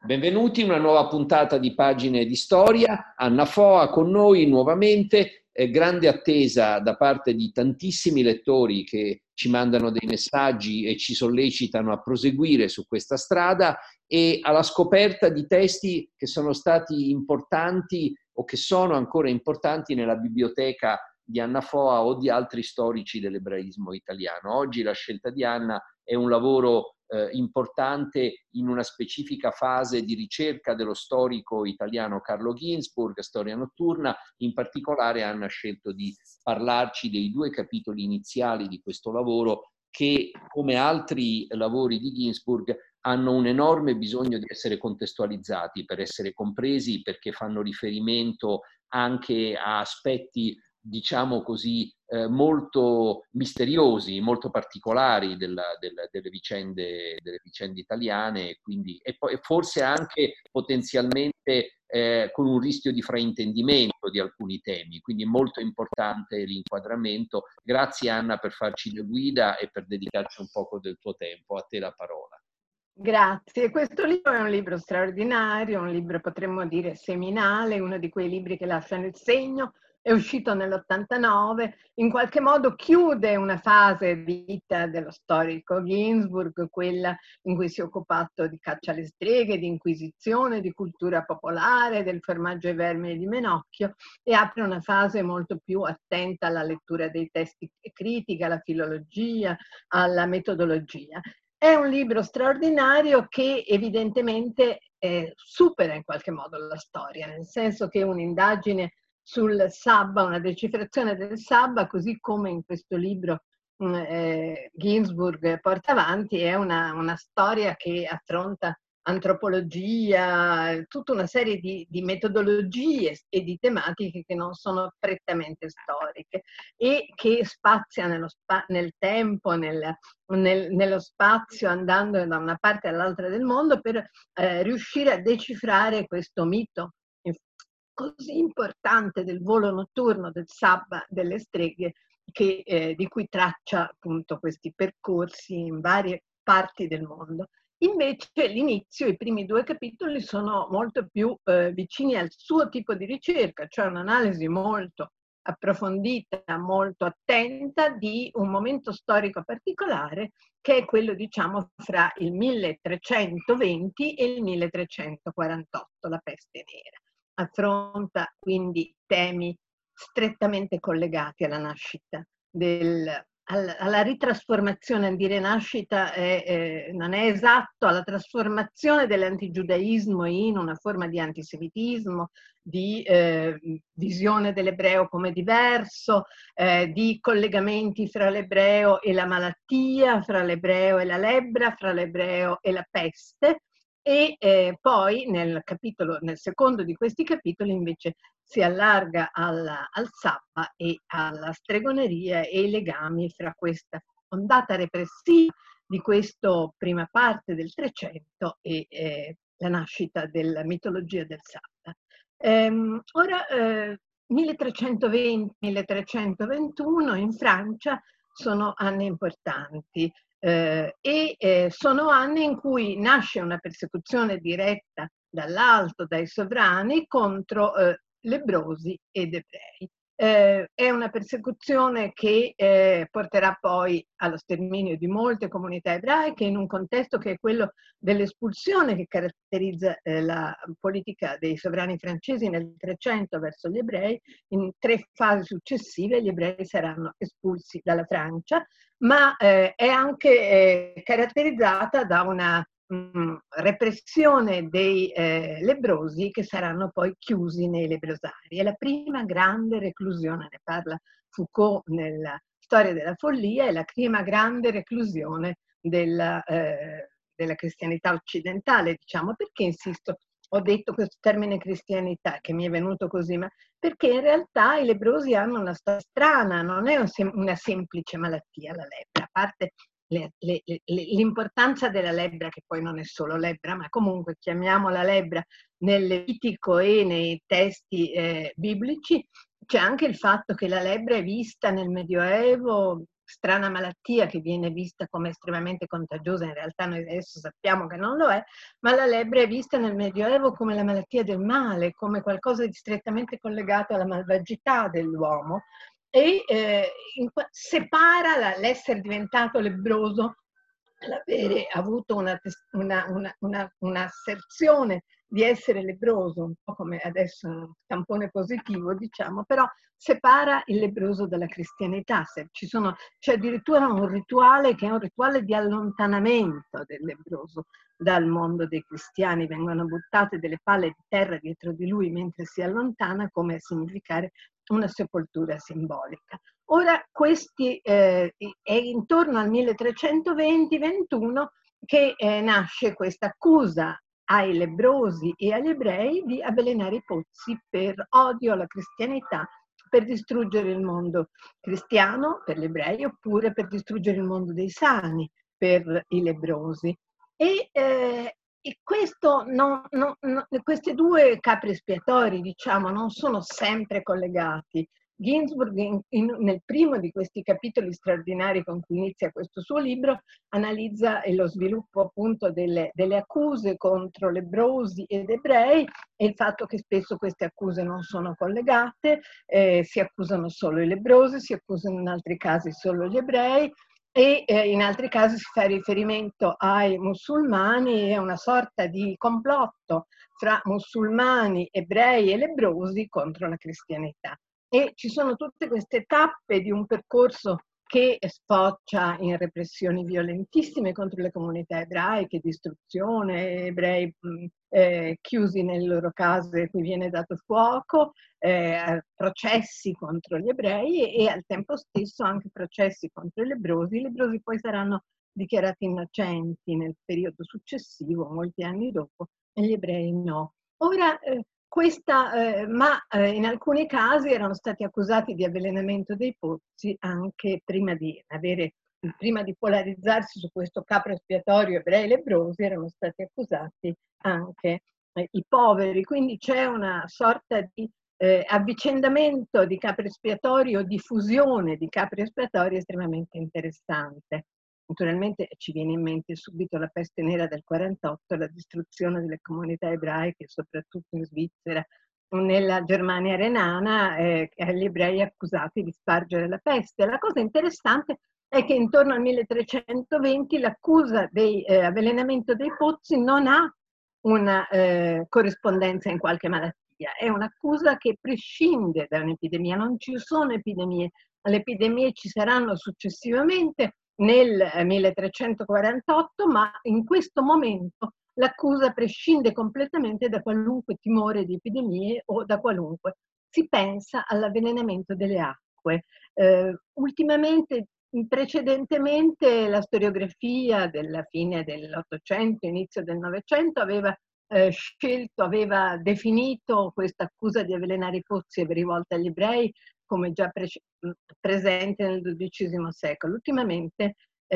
Benvenuti in una nuova puntata di Pagine di Storia. Anna Foa con noi nuovamente, grande attesa da parte di tantissimi lettori che ci mandano dei messaggi e ci sollecitano a proseguire su questa strada e alla scoperta di testi che sono stati importanti o che sono ancora importanti nella biblioteca di Anna Foa o di altri storici dell'ebraismo italiano. Oggi la scelta di Anna è un lavoro importante in una specifica fase di ricerca dello storico italiano Carlo Ginzburg, Storia notturna. In particolare Anna ha scelto di parlarci dei due capitoli iniziali di questo lavoro che, come altri lavori di Ginzburg, hanno un enorme bisogno di essere contestualizzati per essere compresi, perché fanno riferimento anche a aspetti, diciamo così, molto misteriosi, molto particolari delle vicende italiane, quindi, e poi forse anche potenzialmente con un rischio di fraintendimento di alcuni temi, quindi molto importante l'inquadramento. Grazie Anna per farci da guida e per dedicarci un poco del tuo tempo. A te la parola. Grazie, questo libro è un libro straordinario, un libro potremmo dire seminale, uno di quei libri che lasciano il segno. È uscito nell'89, in qualche modo chiude una fase di vita dello storico Ginzburg, quella in cui si è occupato di caccia alle streghe, di inquisizione, di cultura popolare, del formaggio ai vermi di Menocchio, e apre una fase molto più attenta alla lettura dei testi critici, alla filologia, alla metodologia. È un libro straordinario che evidentemente supera in qualche modo la storia, nel senso che è un'indagine sul Sabba, una decifrazione del Sabba, così come in questo libro Ginzburg porta avanti, è una storia che affronta antropologia, tutta una serie di metodologie e di tematiche che non sono prettamente storiche e che spazia nel tempo, nello spazio, andando da una parte all'altra del mondo per riuscire a decifrare questo mito così importante del volo notturno, del sabba, delle streghe, di cui traccia appunto questi percorsi in varie parti del mondo. Invece l'inizio, i primi due capitoli sono molto più vicini al suo tipo di ricerca, cioè un'analisi molto approfondita, molto attenta di un momento storico particolare che è quello, diciamo, fra il 1320 e il 1348, la peste nera. Affronta quindi temi strettamente collegati alla nascita alla ritrasformazione. A dire nascita non è esatto, alla trasformazione dell'antigiudaismo in una forma di antisemitismo, di visione dell'ebreo come diverso, di collegamenti fra l'ebreo e la malattia, fra l'ebreo e la lebbra, fra l'ebreo e la peste. E poi nel secondo di questi capitoli invece si allarga al sabba e alla stregoneria e i legami fra questa ondata repressiva di questa prima parte del Trecento e la nascita della mitologia del sabba. Ora 1320-1321 in Francia sono anni importanti. Sono anni in cui nasce una persecuzione diretta dall'alto, dai sovrani, contro lebbrosi ed ebrei. È una persecuzione che porterà poi allo sterminio di molte comunità ebraiche in un contesto che è quello dell'espulsione che caratterizza la politica dei sovrani francesi nel 300 verso gli ebrei. In 3 fasi successive gli ebrei saranno espulsi dalla Francia, ma è anche caratterizzata da una repressione dei lebbrosi che saranno poi chiusi nei lebrosari. È la prima grande reclusione, ne parla Foucault nella Storia della follia, è la prima grande reclusione della cristianità occidentale, diciamo. Perché insisto? Ho detto questo termine cristianità che mi è venuto così, ma perché in realtà i lebbrosi hanno una storia strana, non è una semplice malattia la lebbra, a parte l'importanza della lebbra, che poi non è solo lebbra, ma comunque chiamiamola lebbra nel Levitico e nei testi biblici. C'è anche il fatto che la lebbra è vista nel Medioevo strana malattia che viene vista come estremamente contagiosa, in realtà noi adesso sappiamo che non lo è, ma la lebbre è vista nel Medioevo come la malattia del male, come qualcosa di strettamente collegato alla malvagità dell'uomo, e separa l'essere diventato lebbroso, l'avere avuto un'asserzione di essere lebbroso, un po' come adesso un tampone positivo, diciamo, però separa il lebbroso dalla cristianità. C'è addirittura un rituale che è un rituale di allontanamento del lebbroso dal mondo dei cristiani. Vengono buttate delle palle di terra dietro di lui mentre si allontana, come a significare una sepoltura simbolica. Ora, è intorno al 1320-21 che nasce questa accusa ai lebbrosi e agli ebrei di avvelenare i pozzi per odio alla cristianità, per distruggere il mondo cristiano per gli ebrei, oppure per distruggere il mondo dei sani per i lebbrosi. E questi due capri espiatori, diciamo, non sono sempre collegati. Ginsburg, nel primo di questi capitoli straordinari con cui inizia questo suo libro, analizza lo sviluppo appunto delle accuse contro lebbrosi ed ebrei e il fatto che spesso queste accuse non sono collegate, si accusano solo i lebbrosi, si accusano in altri casi solo gli ebrei, e in altri casi si fa riferimento ai musulmani, è una sorta di complotto fra musulmani, ebrei e lebbrosi contro la cristianità. E ci sono tutte queste tappe di un percorso che sfocia in repressioni violentissime contro le comunità ebraiche, distruzione, ebrei chiusi nelle loro case, cui viene dato fuoco, processi contro gli ebrei e al tempo stesso anche processi contro i lebbrosi. I lebbrosi poi saranno dichiarati innocenti nel periodo successivo, molti anni dopo, e gli ebrei no. Ora, in alcuni casi erano stati accusati di avvelenamento dei pozzi anche prima di polarizzarsi su questo capro espiatorio ebrei lebbrosi, erano stati accusati anche i poveri. Quindi c'è una sorta di avvicendamento di capri espiatori o diffusione di capri espiatori estremamente interessante. Naturalmente ci viene in mente subito la peste nera del 48, la distruzione delle comunità ebraiche, soprattutto in Svizzera, nella Germania renana, gli ebrei accusati di spargere la peste. La cosa interessante è che intorno al 1320 l'accusa di avvelenamento dei pozzi non ha una corrispondenza in qualche malattia, è un'accusa che prescinde da un'epidemia, non ci sono epidemie, le epidemie ci saranno successivamente nel 1348, ma in questo momento l'accusa prescinde completamente da qualunque timore di epidemie o da qualunque. Si pensa all'avvelenamento delle acque. Ultimamente, precedentemente, la storiografia della fine dell'Ottocento, inizio del Novecento aveva aveva definito questa accusa di avvelenare i pozzi rivolta agli ebrei come già presente nel XII secolo. Ultimamente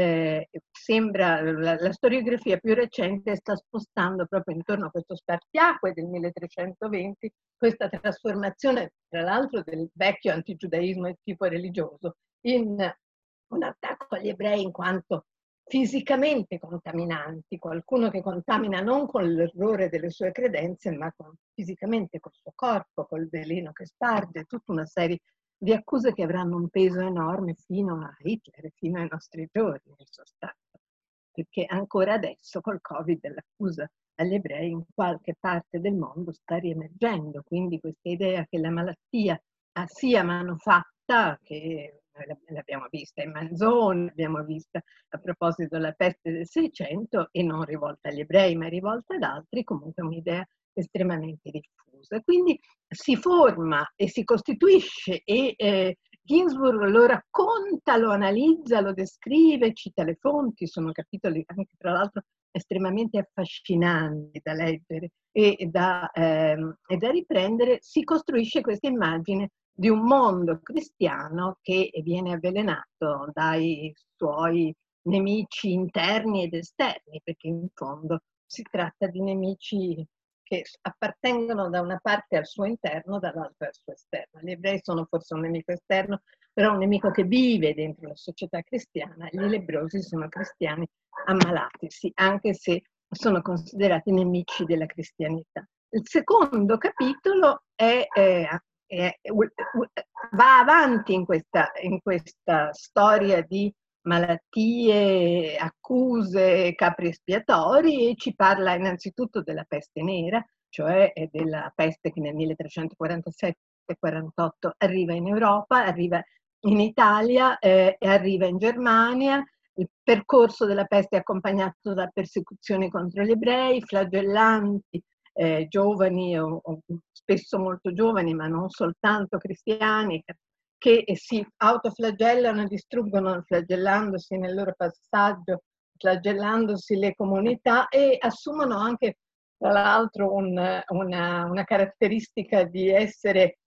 sembra la storiografia più recente sta spostando proprio intorno a questo spartiacque del 1320, questa trasformazione, tra l'altro, del vecchio antigiudaismo e tipo religioso in un attacco agli ebrei in quanto fisicamente contaminanti, qualcuno che contamina non con l'errore delle sue credenze, ma fisicamente col suo corpo, col veleno che sparge, tutta una serie di accuse che avranno un peso enorme fino a Hitler, fino ai nostri giorni, in sostanza. Perché ancora adesso col Covid l'accusa agli ebrei in qualche parte del mondo sta riemergendo, quindi questa idea che la malattia sia manufatta, che l'abbiamo vista in Manzoni, l'abbiamo vista a proposito della peste del 600 e non rivolta agli ebrei ma rivolta ad altri, comunque è un'idea estremamente diffusa. Quindi si forma e si costituisce e Ginsburg lo racconta, lo analizza, lo descrive, cita le fonti, sono capitoli anche tra l'altro estremamente affascinanti da leggere e da riprendere. Si costruisce questa immagine di un mondo cristiano che viene avvelenato dai suoi nemici interni ed esterni, perché in fondo si tratta di nemici che appartengono da una parte al suo interno, dall'altra al suo esterno. Gli ebrei sono forse un nemico esterno però un nemico che vive dentro la società cristiana. Gli lebbrosi sono cristiani ammalatisi, anche se sono considerati nemici della cristianità. Il secondo capitolo va avanti in questa storia di malattie, accuse, capri espiatori, e ci parla innanzitutto della peste nera, cioè della peste che nel 1347-48 arriva in Europa, arriva in Italia e arriva in Germania. Il percorso della peste è accompagnato da persecuzioni contro gli ebrei, flagellanti, giovani o spesso molto giovani, ma non soltanto cristiani, che si autoflagellano e distruggono flagellandosi nel loro passaggio, flagellandosi le comunità, e assumono anche, tra l'altro, una caratteristica di essere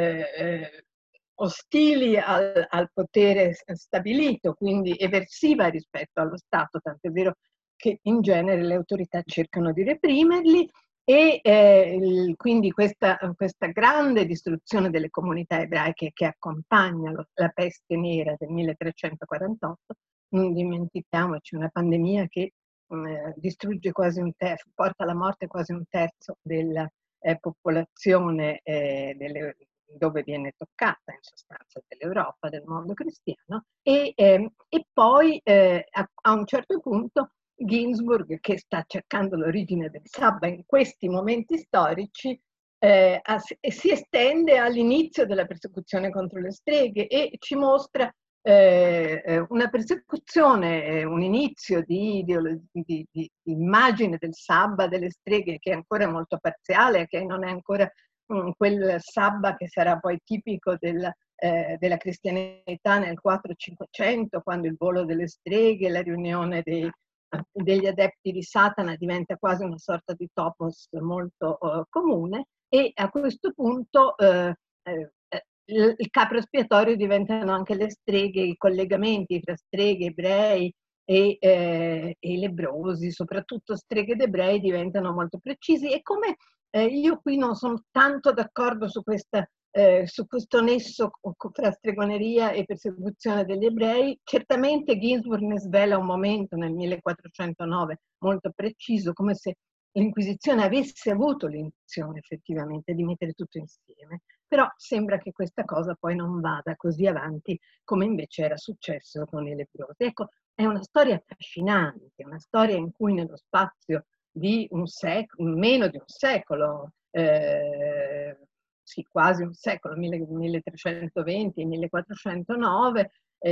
ostili al potere stabilito, quindi eversiva rispetto allo Stato, tant'è vero che in genere le autorità cercano di reprimerli, e quindi questa grande distruzione delle comunità ebraiche che accompagna la peste nera del 1348, non dimentichiamoci una pandemia che distrugge quasi un terzo, porta alla morte quasi un terzo della popolazione dove viene toccata, in sostanza, dell'Europa, del mondo cristiano, e poi a un certo punto Ginsburg, che sta cercando l'origine del sabba in questi momenti storici, si estende all'inizio della persecuzione contro le streghe e ci mostra una persecuzione, un inizio di immagine del sabba, delle streghe, che è ancora molto parziale, che non è ancora quel sabba che sarà poi tipico della cristianità nel 400-500, quando il volo delle streghe, la riunione degli adepti di Satana diventa quasi una sorta di topos molto comune, e a questo punto il capro espiatorio diventano anche le streghe, i collegamenti tra streghe, ebrei e lebbrosi, soprattutto streghe ed ebrei, diventano molto precisi. E come io qui non sono tanto d'accordo su questo nesso tra stregoneria e persecuzione degli ebrei. Certamente Ginsburg ne svela un momento nel 1409 molto preciso, come se l'Inquisizione avesse avuto l'intenzione effettivamente di mettere tutto insieme, però sembra che questa cosa poi non vada così avanti come invece era successo con i lebbrosi. Ecco, è una storia affascinante, una storia in cui nello spazio di meno di un secolo, sì, quasi un secolo, 1320-1409,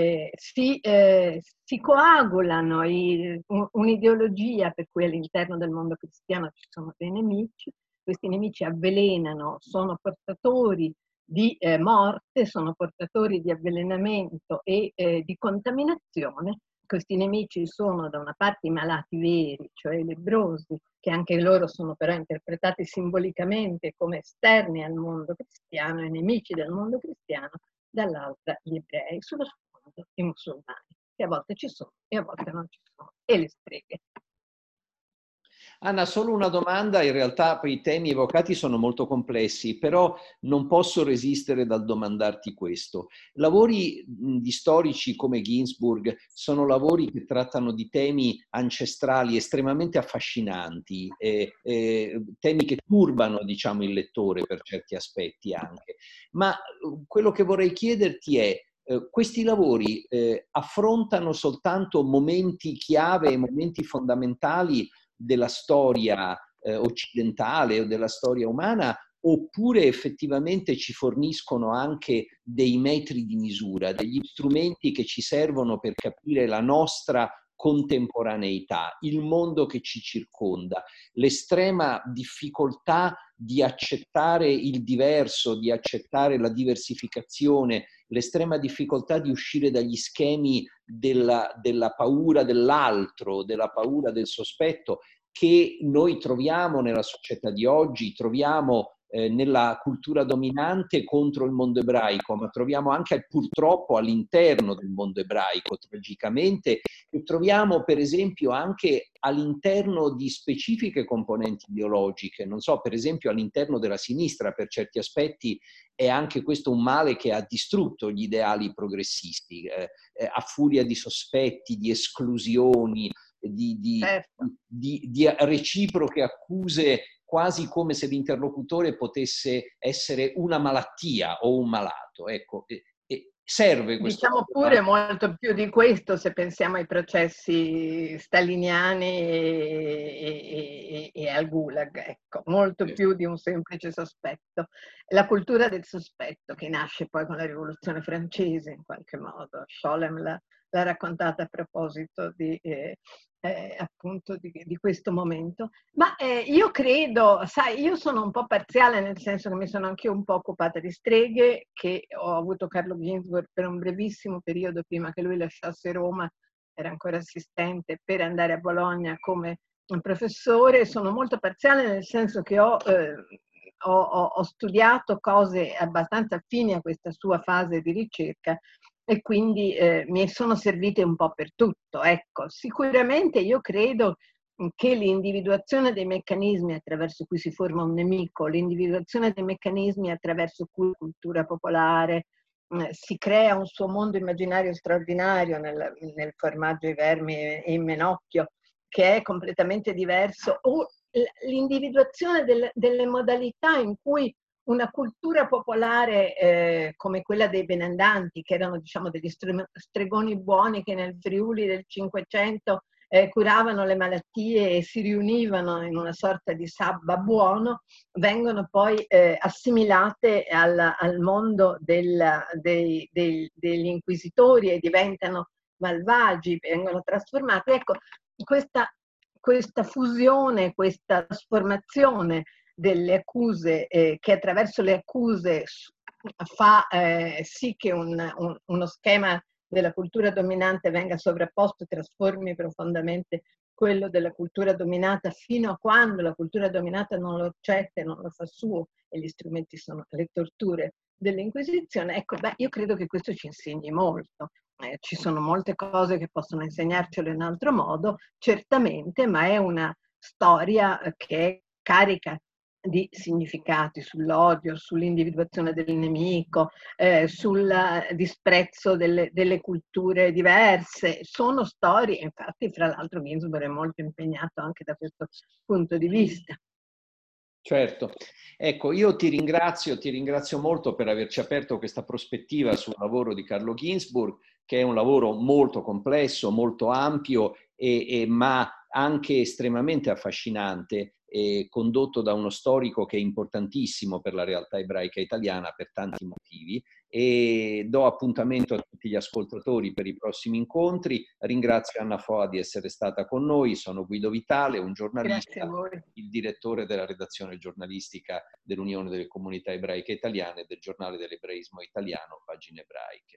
si coagulano un'ideologia per cui all'interno del mondo cristiano ci sono dei nemici. Questi nemici avvelenano, sono portatori di morte, sono portatori di avvelenamento e di contaminazione. Questi nemici sono da una parte i malati veri, cioè i lebbrosi, che anche loro sono però interpretati simbolicamente come esterni al mondo cristiano e nemici del mondo cristiano, dall'altra gli ebrei, sullo sfondo i musulmani, che a volte ci sono e a volte non ci sono, e le streghe. Anna, solo una domanda, in realtà poi i temi evocati sono molto complessi, però non posso resistere dal domandarti questo. Lavori di storici come Ginsburg sono lavori che trattano di temi ancestrali estremamente affascinanti, temi che turbano, diciamo, il lettore per certi aspetti anche. Ma quello che vorrei chiederti è, questi lavori affrontano soltanto momenti chiave e momenti fondamentali della storia occidentale o della storia umana, oppure effettivamente ci forniscono anche dei metri di misura, degli strumenti che ci servono per capire la nostra contemporaneità, il mondo che ci circonda, l'estrema difficoltà di accettare il diverso, di accettare la diversificazione, l'estrema difficoltà di uscire dagli schemi della paura dell'altro, della paura del sospetto, che noi troviamo nella società di oggi, troviamo nella cultura dominante contro il mondo ebraico, ma troviamo anche purtroppo all'interno del mondo ebraico, tragicamente, e troviamo per esempio anche all'interno di specifiche componenti ideologiche, non so, per esempio all'interno della sinistra per certi aspetti è anche questo un male che ha distrutto gli ideali progressisti, a furia di sospetti, di esclusioni, Certo. di reciproche accuse, quasi come se l'interlocutore potesse essere una malattia o un malato. Ecco, e serve questo Diciamo pure molto più di questo se pensiamo ai processi staliniani e al Gulag, ecco, molto più di un semplice sospetto. La cultura del sospetto che nasce poi con la rivoluzione francese in qualche modo. Scholem l'ha raccontata a proposito appunto di questo momento. Ma io credo, sai, io sono un po' parziale nel senso che mi sono anche io un po' occupata di streghe, che ho avuto Carlo Ginzburg per un brevissimo periodo prima che lui lasciasse Roma, era ancora assistente, per andare a Bologna come un professore. Sono molto parziale nel senso che ho studiato cose abbastanza affini a questa sua fase di ricerca e quindi mi sono servite un po' per tutto. Ecco, sicuramente io credo che l'individuazione dei meccanismi attraverso cui si forma un nemico, l'individuazione dei meccanismi attraverso cui la cultura popolare si crea un suo mondo immaginario straordinario nel Formaggio, i vermi e in Menocchio, che è completamente diverso, o l'individuazione delle modalità in cui una cultura popolare come quella dei benandanti, che erano diciamo degli stregoni buoni che nel Friuli del Cinquecento curavano le malattie e si riunivano in una sorta di sabba buono, vengono poi assimilate al mondo degli inquisitori e diventano malvagi, vengono trasformate. Ecco, questa fusione, questa trasformazione delle accuse, che attraverso le accuse fa sì che uno schema della cultura dominante venga sovrapposto e trasformi profondamente quello della cultura dominata, fino a quando la cultura dominata non lo accetta e non lo fa suo, e gli strumenti sono le torture dell'Inquisizione. Ecco, beh, io credo che questo ci insegni molto. Ci sono molte cose che possono insegnarcelo in altro modo, certamente, ma è una storia che è carica di significati sull'odio, sull'individuazione del nemico, sul disprezzo delle culture diverse. Sono storie, infatti, fra l'altro Ginsburg è molto impegnato anche da questo punto di vista. Certo, ecco, io ti ringrazio molto per averci aperto questa prospettiva sul lavoro di Carlo Ginzburg, che è un lavoro molto complesso, molto ampio, ma anche estremamente affascinante, condotto da uno storico che è importantissimo per la realtà ebraica italiana per tanti motivi. E do appuntamento a tutti gli ascoltatori per i prossimi incontri. Ringrazio Anna Foa di essere stata con noi, sono Guido Vitale, un Grazie a giornalista, voi. il direttore della redazione giornalistica dell'Unione delle Comunità Ebraiche Italiane e del giornale dell'ebraismo italiano, Pagine Ebraiche.